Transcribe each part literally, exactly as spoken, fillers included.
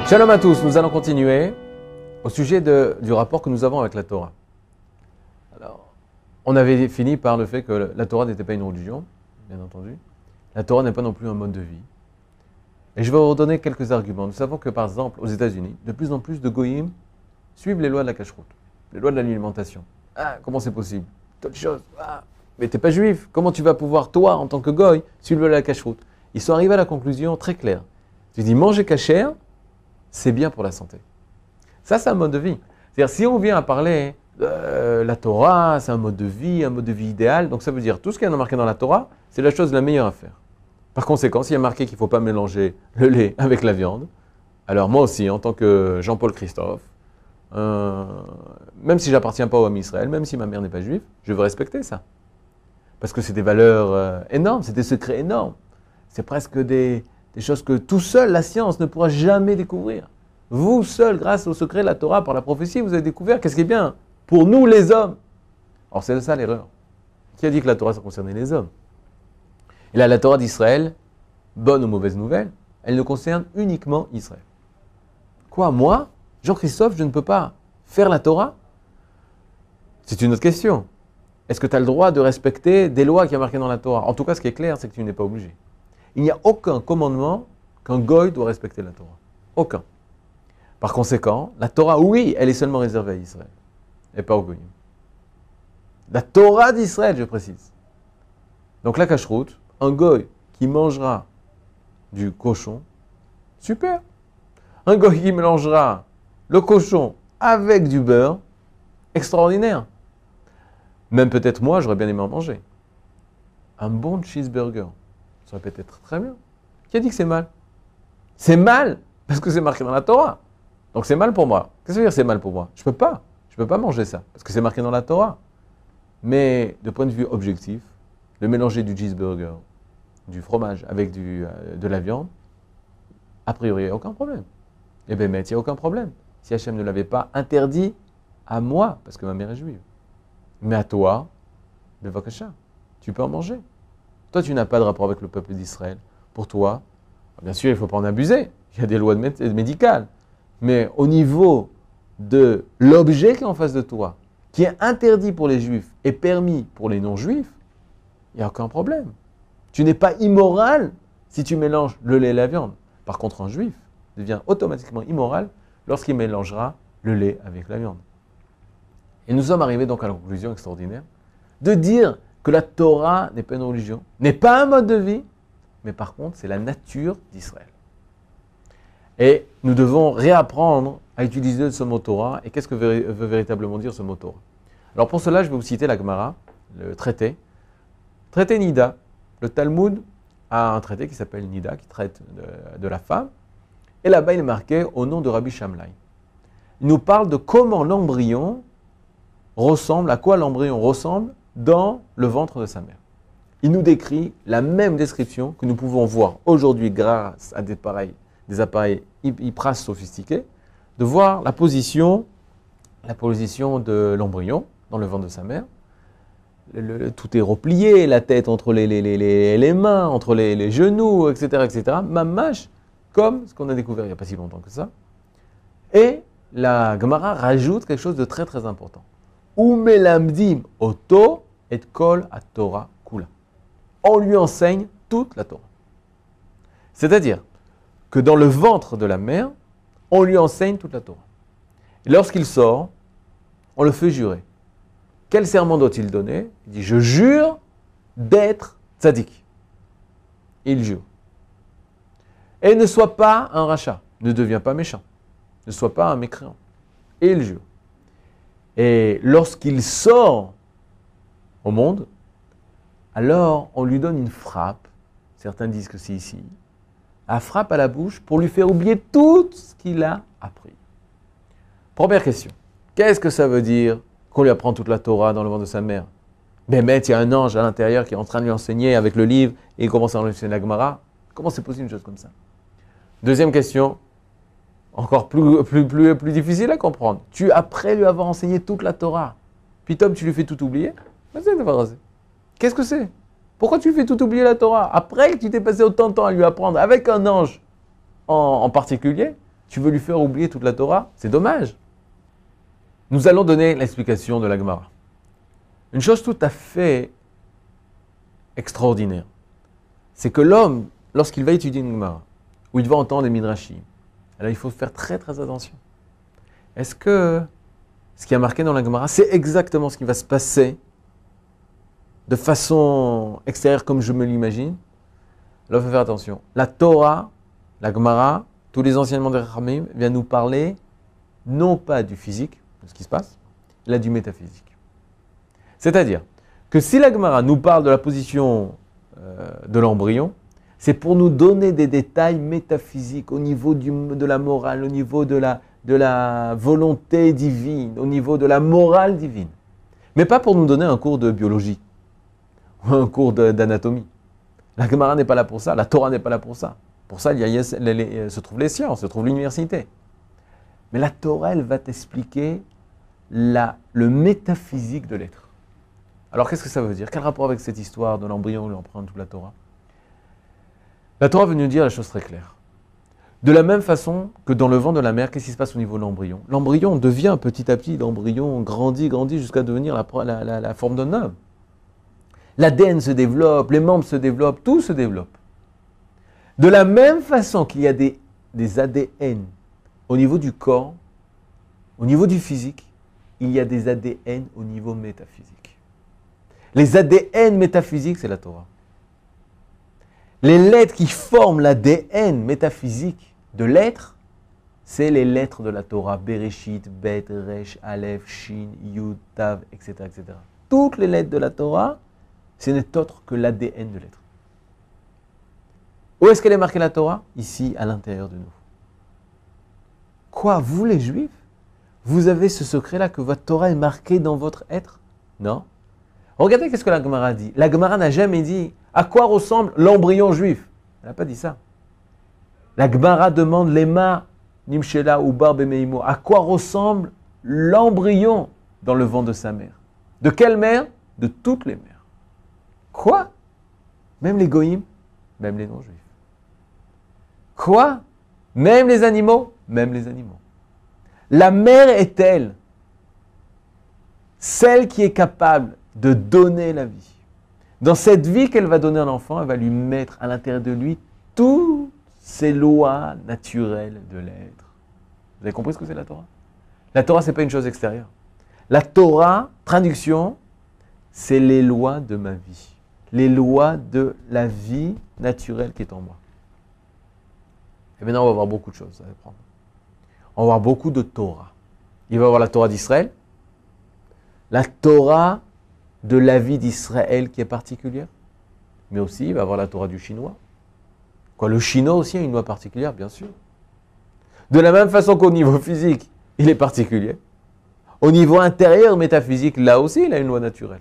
Shalom à tous, nous allons continuer au sujet de, du rapport que nous avons avec la Torah. Alors, on avait fini par le fait que la Torah n'était pas une religion, bien entendu. La Torah n'est pas non plus un mode de vie. Et je vais vous donner quelques arguments. Nous savons que par exemple, aux États-Unis, de plus en plus de goïms suivent les lois de la cacheroute, les lois de l'alimentation. Ah, comment c'est possible? Telle chose. Ah, mais t'es pas juif. Comment tu vas pouvoir, toi, en tant que goï, suivre la cacheroute? Ils sont arrivés à la conclusion très claire. Tu dis, manger cachère, c'est bien pour la santé. Ça, c'est un mode de vie. C'est-à-dire, si on vient à parler de euh, la Torah, c'est un mode de vie, un mode de vie idéal. Donc, ça veut dire, tout ce qu'il y a marqué dans la Torah, c'est la chose la meilleure à faire. Par conséquent, s'il y a marqué qu'il ne faut pas mélanger le lait avec la viande, alors moi aussi, en tant que Jean-Paul Christophe, euh, même si je n'appartiens pas au Ham Israël, même si ma mère n'est pas juive, je veux respecter ça. Parce que c'est des valeurs euh, énormes, c'est des secrets énormes. C'est presque des... des choses que tout seul, la science ne pourra jamais découvrir. Vous seul, grâce au secret de la Torah, par la prophétie, vous avez découvert qu'est-ce qui est bien pour nous les hommes. Or, c'est ça l'erreur. Qui a dit que la Torah, ça concernait les hommes? Et là, la Torah d'Israël, bonne ou mauvaise nouvelle, elle ne concerne uniquement Israël. Quoi, moi, Jean-Christophe, je ne peux pas faire la Torah? C'est une autre question. Est-ce que tu as le droit de respecter des lois qui sont marquées dans la Torah? En tout cas, ce qui est clair, c'est que tu n'es pas obligé. Il n'y a aucun commandement qu'un goy doit respecter la Torah. Aucun. Par conséquent, la Torah, oui, elle est seulement réservée à Israël, et pas aux goyim. La Torah d'Israël, je précise. Donc la cacheroute, un goy qui mangera du cochon, super. Un goy qui mélangera le cochon avec du beurre, extraordinaire. Même peut-être moi, j'aurais bien aimé en manger. Un bon cheeseburger. Ça aurait peut-être très bien. Qui a dit que c'est mal? C'est mal parce que c'est marqué dans la Torah. Donc c'est mal pour moi. Qu'est-ce que ça veut dire c'est mal pour moi? Je ne peux pas. Je ne peux pas manger ça parce que c'est marqué dans la Torah. Mais de point de vue objectif, de mélanger du cheeseburger, du fromage avec du, euh, de la viande, a priori, il n'y a aucun problème. Eh bien, mais il n'y a aucun problème. Si Hachem ne l'avait pas interdit à moi, parce que ma mère est juive, mais à toi, bevakasha, tu peux en manger. Toi, tu n'as pas de rapport avec le peuple d'Israël. Pour toi, bien sûr, il ne faut pas en abuser. Il y a des lois médicales. Mais au niveau de l'objet qui est en face de toi, qui est interdit pour les juifs et permis pour les non-juifs, il n'y a aucun problème. Tu n'es pas immoral si tu mélanges le lait et la viande. Par contre, un juif devient automatiquement immoral lorsqu'il mélangera le lait avec la viande. Et nous sommes arrivés donc à la conclusion extraordinaire de dire que la Torah n'est pas une religion, n'est pas un mode de vie, mais par contre, c'est la nature d'Israël. Et nous devons réapprendre à utiliser ce mot Torah. Et qu'est-ce que veut, veut véritablement dire ce mot Torah? Alors pour cela, je vais vous citer la Gemara, le traité. Traité Nida. Le Talmud a un traité qui s'appelle Nida, qui traite de, de la femme. Et là-bas, il est marqué au nom de Rabbi Shamlai. Il nous parle de comment l'embryon ressemble, à quoi l'embryon ressemble dans le ventre de sa mère. Il nous décrit la même description que nous pouvons voir aujourd'hui grâce à des appareils, des appareils hyper sophistiqués, de voir la position, la position de l'embryon dans le ventre de sa mère. Le, le, tout est replié, la tête entre les, les, les, les, les mains, entre les, les genoux, et cetera, et cetera. Mamash, comme ce qu'on a découvert il n'y a pas si longtemps que ça. Et la Gemara rajoute quelque chose de très très important. Umelamdim oto et kol à Torah kula. On lui enseigne toute la Torah. C'est-à-dire que dans le ventre de la mère, on lui enseigne toute la Torah. Et lorsqu'il sort, on le fait jurer. Quel serment doit-il donner? Il dit, je jure d'être tzaddik. Il jure. Et ne sois pas un rachat, ne deviens pas méchant, ne sois pas un mécréant. Et il jure. Et lorsqu'il sort au monde, alors on lui donne une frappe, certains disent que c'est ici, la frappe à la bouche pour lui faire oublier tout ce qu'il a appris. Première question, qu'est-ce que ça veut dire qu'on lui apprend toute la Torah dans le ventre de sa mère? Ben, mais il y a un ange à l'intérieur qui est en train de lui enseigner avec le livre et il commence à enseigner la Gemara. Comment c'est possible une chose comme ça? Deuxième question, encore plus, plus, plus, plus difficile à comprendre. Tu, après lui avoir enseigné toute la Torah, puis Tom, tu lui fais tout oublier? Qu'est-ce que c'est? Pourquoi tu lui fais tout oublier la Torah? Après que tu t'es passé autant de temps à lui apprendre avec un ange en, en particulier, Tu veux lui faire oublier toute la Torah? C'est dommage. Nous allons donner l'explication de la Gemara. Une chose tout à fait extraordinaire, c'est que l'homme, lorsqu'il va étudier une Gemara, où il va entendre les Midrashim, alors il faut faire très très attention. Est-ce que ce qui est marqué dans la Gemara, c'est exactement ce qui va se passer de façon extérieure comme je me l'imagine? Alors il faut faire attention. La Torah, la Gemara, tous les enseignements de Rachamim viennent nous parler non pas du physique, de ce qui se passe, là du métaphysique. C'est-à-dire que si la Gemara nous parle de la position euh, de l'embryon, c'est pour nous donner des détails métaphysiques au niveau du, de la morale, au niveau de la, de la volonté divine, au niveau de la morale divine. Mais pas pour nous donner un cours de biologie ou un cours d'anatomie. La Gemara n'est pas là pour ça, la Torah n'est pas là pour ça. Pour ça, il y a, les, les, se trouvent les sciences, se trouve l'université. Mais la Torah, elle va t'expliquer la, le métaphysique de l'être. Alors, qu'est-ce que ça veut dire? Quel rapport avec cette histoire de l'embryon où l'on toute la Torah? La Torah veut nous dire la chose très claire. De la même façon que dans le vent de la mer, qu'est-ce qui se passe au niveau de l'embryon? L'embryon devient petit à petit, l'embryon grandit, grandit jusqu'à devenir la, la, la, la forme d'un homme. L'A D N se développe, les membres se développent, tout se développe. De la même façon qu'il y a des, des A D N au niveau du corps, au niveau du physique, il y a des A D N au niveau métaphysique. Les A D N métaphysiques, c'est la Torah. Les lettres qui forment l'A D N métaphysique de l'être, c'est les lettres de la Torah. Bereshit, Bet, Resh, Aleph, Shin, Yud, Tav, et cetera, et cetera. Toutes les lettres de la Torah, ce n'est autre que l'A D N de l'être. Où est-ce qu'elle est marquée la Torah? Ici, à l'intérieur de nous. Quoi, vous les Juifs, vous avez ce secret-là que votre Torah est marquée dans votre être? Non. Regardez qu'est-ce que la Gemara dit. La Gemara n'a jamais dit à quoi ressemble l'embryon juif. Elle n'a pas dit ça. La Gemara demande Lema, Nimshela ou Bar Bemeimo. À quoi ressemble l'embryon dans le ventre de sa mère? De quelle mère? De toutes les mères. Quoi? Même les goïms? Même les non-juifs. Quoi? Même les animaux? Même les animaux. La mère est-elle celle qui est capable de donner la vie? Dans cette vie qu'elle va donner à l'enfant, elle va lui mettre à l'intérieur de lui toutes ces lois naturelles de l'être. Vous avez compris ce que c'est la Torah? La Torah, ce n'est pas une chose extérieure. La Torah, traduction, c'est les lois de ma vie. Les lois de la vie naturelle qui est en moi. Et maintenant, on va voir beaucoup de choses à apprendre. On va voir beaucoup de Torah. Il va y avoir la Torah d'Israël, la Torah de la vie d'Israël qui est particulière, mais aussi il va y avoir la Torah du chinois. Quoi, le chinois aussi a une loi particulière, bien sûr. De la même façon qu'au niveau physique, il est particulier. Au niveau intérieur, métaphysique, là aussi, il a une loi naturelle.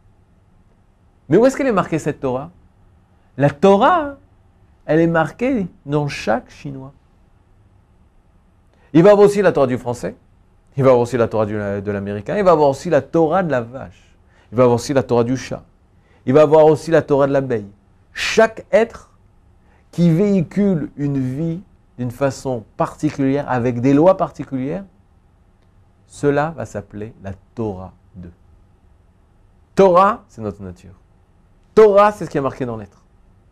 Mais où est-ce qu'elle est marquée cette Torah? La Torah, elle est marquée dans chaque chinois. Il va y avoir aussi la Torah du français, il va y avoir aussi la Torah de l'américain, il va y avoir aussi la Torah de la vache, il va y avoir aussi la Torah du chat, il va y avoir aussi la Torah de l'abeille. Chaque être qui véhicule une vie d'une façon particulière, avec des lois particulières, cela va s'appeler la Torah d'eux. Torah, c'est notre nature. Torah, c'est ce qui est marqué dans l'être.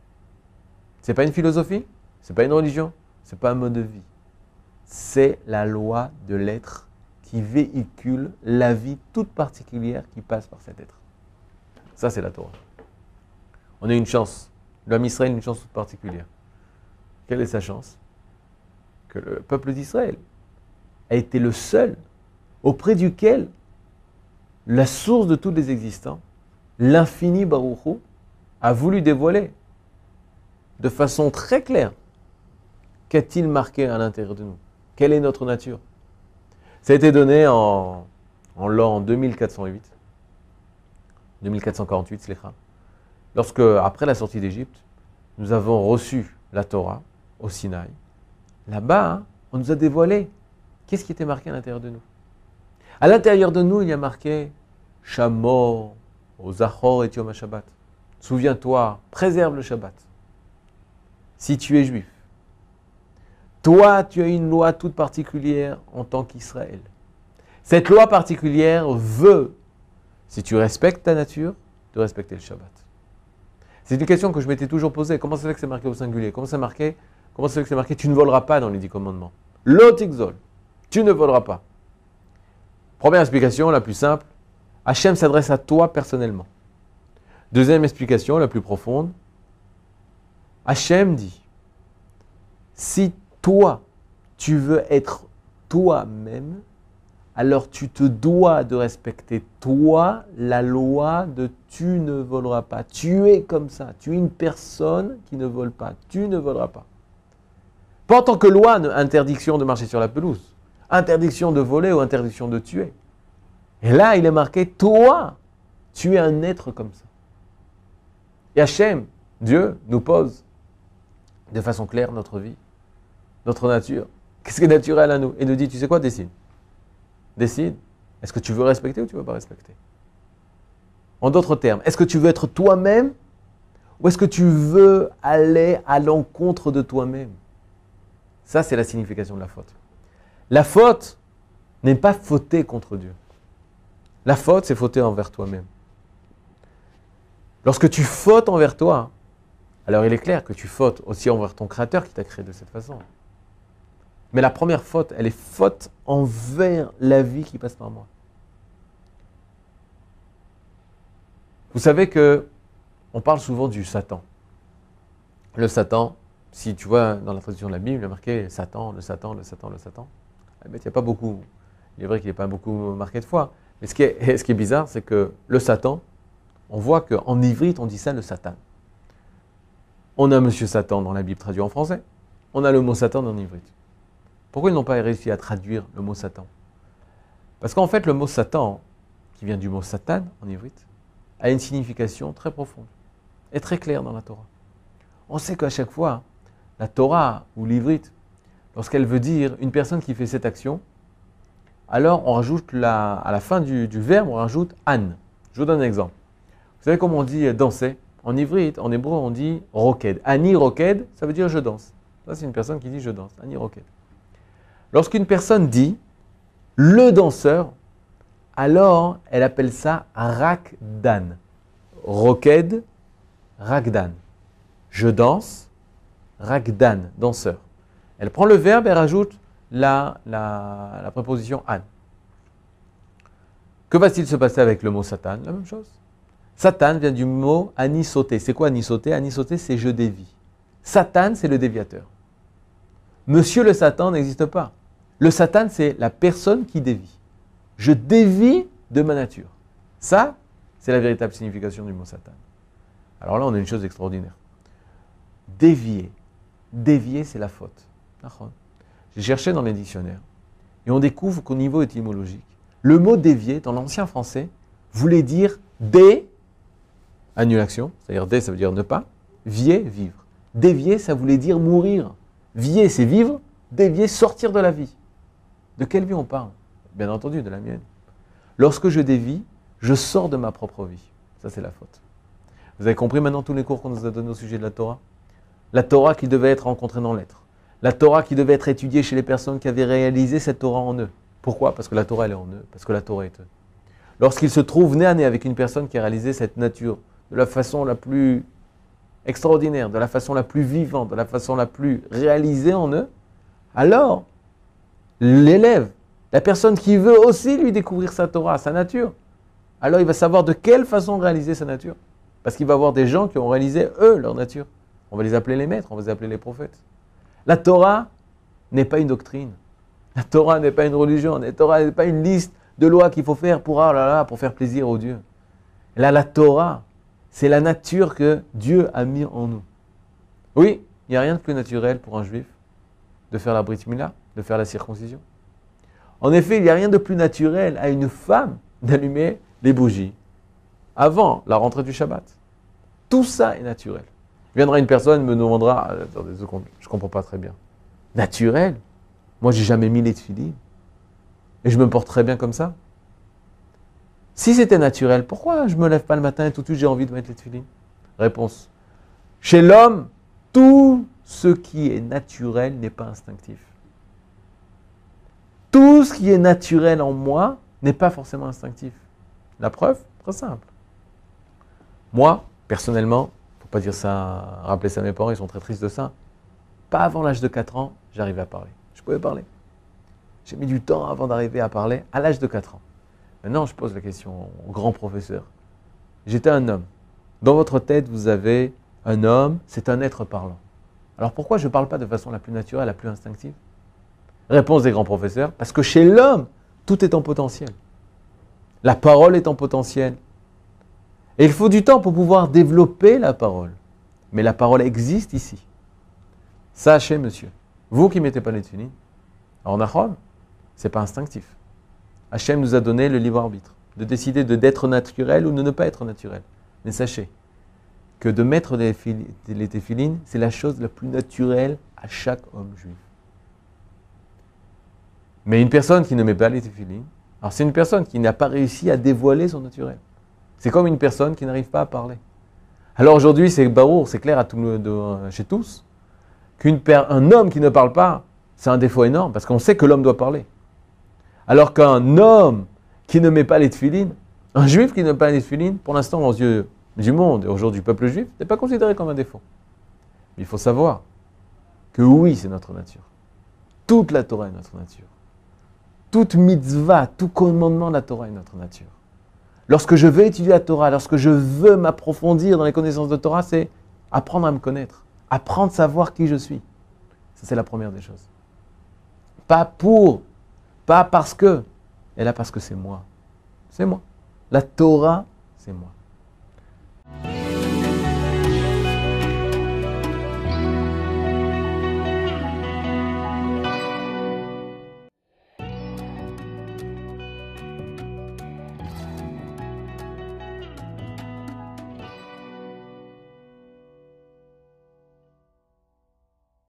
Ce n'est pas une philosophie, ce n'est pas une religion, ce n'est pas un mode de vie. C'est la loi de l'être qui véhicule la vie toute particulière qui passe par cet être. Ça, c'est la Torah. On a une chance. L'homme Israël a une chance toute particulière. Quelle est sa chance? Que le peuple d'Israël a été le seul auprès duquel la source de tous les existants, l'infini Baruch Hu, a voulu dévoiler de façon très claire qu'a-t-il marqué à l'intérieur de nous? Quelle est notre nature? Ça a été donné en, en l'an deux mille quatre cent huit, deux mille quatre cent quarante-huit, Slicha, lorsque, après la sortie d'Égypte, nous avons reçu la Torah au Sinaï. Là-bas, hein, on nous a dévoilé qu'est-ce qui était marqué à l'intérieur de nous. À l'intérieur de nous, il y a marqué Shamor, Zachor et Yom HaShabbat. Souviens-toi, préserve le Shabbat. Si tu es juif, Toi, tu as une loi toute particulière en tant qu'Israël. Cette loi particulière veut, si tu respectes ta nature, de respecter le Shabbat. C'est une question que je m'étais toujours posée. Comment ça fait que c'est marqué au singulier? Comment ça marqué Comment ça fait que c'est marqué tu ne voleras pas dans les dix commandements? L'otixol, tu ne voleras pas. Première explication, la plus simple, Hachem s'adresse à toi personnellement. Deuxième explication, la plus profonde, Hachem dit, si toi, tu veux être toi-même, alors tu te dois de respecter toi la loi de tu ne voleras pas. Tu es comme ça, tu es une personne qui ne vole pas, tu ne voleras pas. Pas en tant que loi, interdiction de marcher sur la pelouse, interdiction de voler ou interdiction de tuer. Et là, il est marqué, toi, tu es un être comme ça. Et Hachem, Dieu, nous pose de façon claire notre vie, notre nature. Qu'est-ce qui est naturel à nous? Et nous dit, tu sais quoi, décide. Décide. Est-ce que tu veux respecter ou tu ne veux pas respecter? En d'autres termes, est-ce que tu veux être toi-même ou est-ce que tu veux aller à l'encontre de toi-même? Ça, c'est la signification de la faute. La faute n'est pas fauter contre Dieu. La faute, c'est fauter envers toi-même. Lorsque tu fautes envers toi, alors il est clair que tu fautes aussi envers ton Créateur qui t'a créé de cette façon. Mais la première faute, elle est faute envers la vie qui passe par moi. Vous savez que on parle souvent du Satan. Le Satan, si tu vois dans la traduction de la Bible, il est marqué Satan, le Satan, le Satan, le Satan. Eh bien, il n'y a pas beaucoup, il est vrai qu'il n'est pas beaucoup marqué de fois. Mais ce qui est, ce qui est bizarre, c'est que le Satan, on voit qu'en ivrite, on dit ça le Satan. On a Monsieur Satan dans la Bible traduit en français. On a le mot Satan en ivrite. Pourquoi ils n'ont pas réussi à traduire le mot Satan? Parce qu'en fait, le mot Satan, qui vient du mot Satan en ivrite, a une signification très profonde et très claire dans la Torah. On sait qu'à chaque fois, la Torah ou l'ivrite, lorsqu'elle veut dire une personne qui fait cette action, alors on rajoute la, à la fin du, du verbe, on rajoute an. Je vous donne un exemple. Vous savez comment on dit danser? En ivrite, en hébreu, on dit roked. Ani roked, ça veut dire je danse. Ça, c'est une personne qui dit je danse. Ani roked. Lorsqu'une personne dit le danseur, alors elle appelle ça rakdan. Roked, rakdan. Je danse, rakdan, danseur. Elle prend le verbe et rajoute la, la, la préposition an. Que va-t-il se passer avec le mot Satan? La même chose. Satan vient du mot anisoté. C'est quoi anisoté? Anisoté, c'est je dévie. Satan, c'est le déviateur. Monsieur le Satan n'existe pas. Le Satan, c'est la personne qui dévie. Je dévie de ma nature. Ça, c'est la véritable signification du mot Satan. Alors là, on a une chose extraordinaire. Dévier. Dévier, c'est la faute. J'ai cherché dans les dictionnaires et on découvre qu'au niveau étymologique, le mot dévier, dans l'ancien français, voulait dire dé, annulation, c'est-à-dire dé, ça veut dire ne pas, vier, vivre. Dévier, ça voulait dire mourir. Vier, c'est vivre, dévier, sortir de la vie. De quelle vie on parle? Bien entendu, de la mienne. Lorsque je dévie, je sors de ma propre vie. Ça, c'est la faute. Vous avez compris maintenant tous les cours qu'on nous a donnés au sujet de la Torah? La Torah qui devait être rencontrée dans l'être. La Torah qui devait être étudiée chez les personnes qui avaient réalisé cette Torah en eux. Pourquoi? Parce que la Torah, elle est en eux. Parce que la Torah est eux. Lorsqu'ils se trouvent nez à nez avec une personne qui a réalisé cette nature de la façon la plus extraordinaire, de la façon la plus vivante, de la façon la plus réalisée en eux, alors l'élève, la personne qui veut aussi lui découvrir sa Torah, sa nature, alors il va savoir de quelle façon réaliser sa nature. Parce qu'il va avoir des gens qui ont réalisé, eux, leur nature. On va les appeler les maîtres, on va les appeler les prophètes. La Torah n'est pas une doctrine. La Torah n'est pas une religion. La Torah n'est pas une liste de lois qu'il faut faire pour, ah là là, pour faire plaisir aux dieux. Là, la Torah, c'est la nature que Dieu a mis en nous. Oui, il n'y a rien de plus naturel pour un juif de faire la brit mila, de faire la circoncision. En effet, il n'y a rien de plus naturel à une femme d'allumer les bougies avant la rentrée du Shabbat. Tout ça est naturel. Viendra une personne, me demandera, ah, attendez, je ne comprends pas très bien. Naturel? Moi, j'ai jamais mis les tefilines. Et je me porte très bien comme ça. Si c'était naturel, pourquoi je ne me lève pas le matin et tout de suite j'ai envie de mettre les tefilines? Réponse. Chez l'homme, tout ce qui est naturel n'est pas instinctif. Tout ce qui est naturel en moi n'est pas forcément instinctif. La preuve, très simple. Moi, personnellement, il ne faut pas dire ça, rappeler ça à mes parents, ils sont très tristes de ça. Pas avant l'âge de quatre ans, j'arrivais à parler. Je pouvais parler. J'ai mis du temps avant d'arriver à parler à l'âge de quatre ans. Maintenant, je pose la question au grand professeur. J'étais un homme. Dans votre tête, vous avez un homme, c'est un être parlant. Alors pourquoi je ne parle pas de façon la plus naturelle, la plus instinctive? Réponse des grands professeurs, parce que chez l'homme, tout est en potentiel. La parole est en potentiel. Et il faut du temps pour pouvoir développer la parole. Mais la parole existe ici. Sachez, monsieur, vous qui ne mettez pas les tefilines, en Achon, ce n'est pas instinctif. Hachem nous a donné le libre arbitre, de décider de d'être naturel ou de ne pas être naturel. Mais sachez que de mettre les, les téphilines, c'est la chose la plus naturelle à chaque homme juif. Mais une personne qui ne met pas les téphilines, alors c'est une personne qui n'a pas réussi à dévoiler son naturel. C'est comme une personne qui n'arrive pas à parler. Alors aujourd'hui, c'est barour, c'est clair à tout le, de, chez tous, qu'un homme qui ne parle pas, c'est un défaut énorme, parce qu'on sait que l'homme doit parler. Alors qu'un homme qui ne met pas les téphilines, un juif qui ne met pas les téphilines, pour l'instant, aux yeux du monde et aux yeux du peuple juif, n'est pas considéré comme un défaut. Mais il faut savoir que oui, c'est notre nature. Toute la Torah est notre nature. Toute mitzvah, tout commandement de la Torah est notre nature. Lorsque je veux étudier la Torah, lorsque je veux m'approfondir dans les connaissances de Torah, c'est apprendre à me connaître, apprendre à savoir qui je suis. Ça, c'est la première des choses. Pas pour, pas parce que, et là parce que c'est moi. C'est moi. La Torah, c'est moi.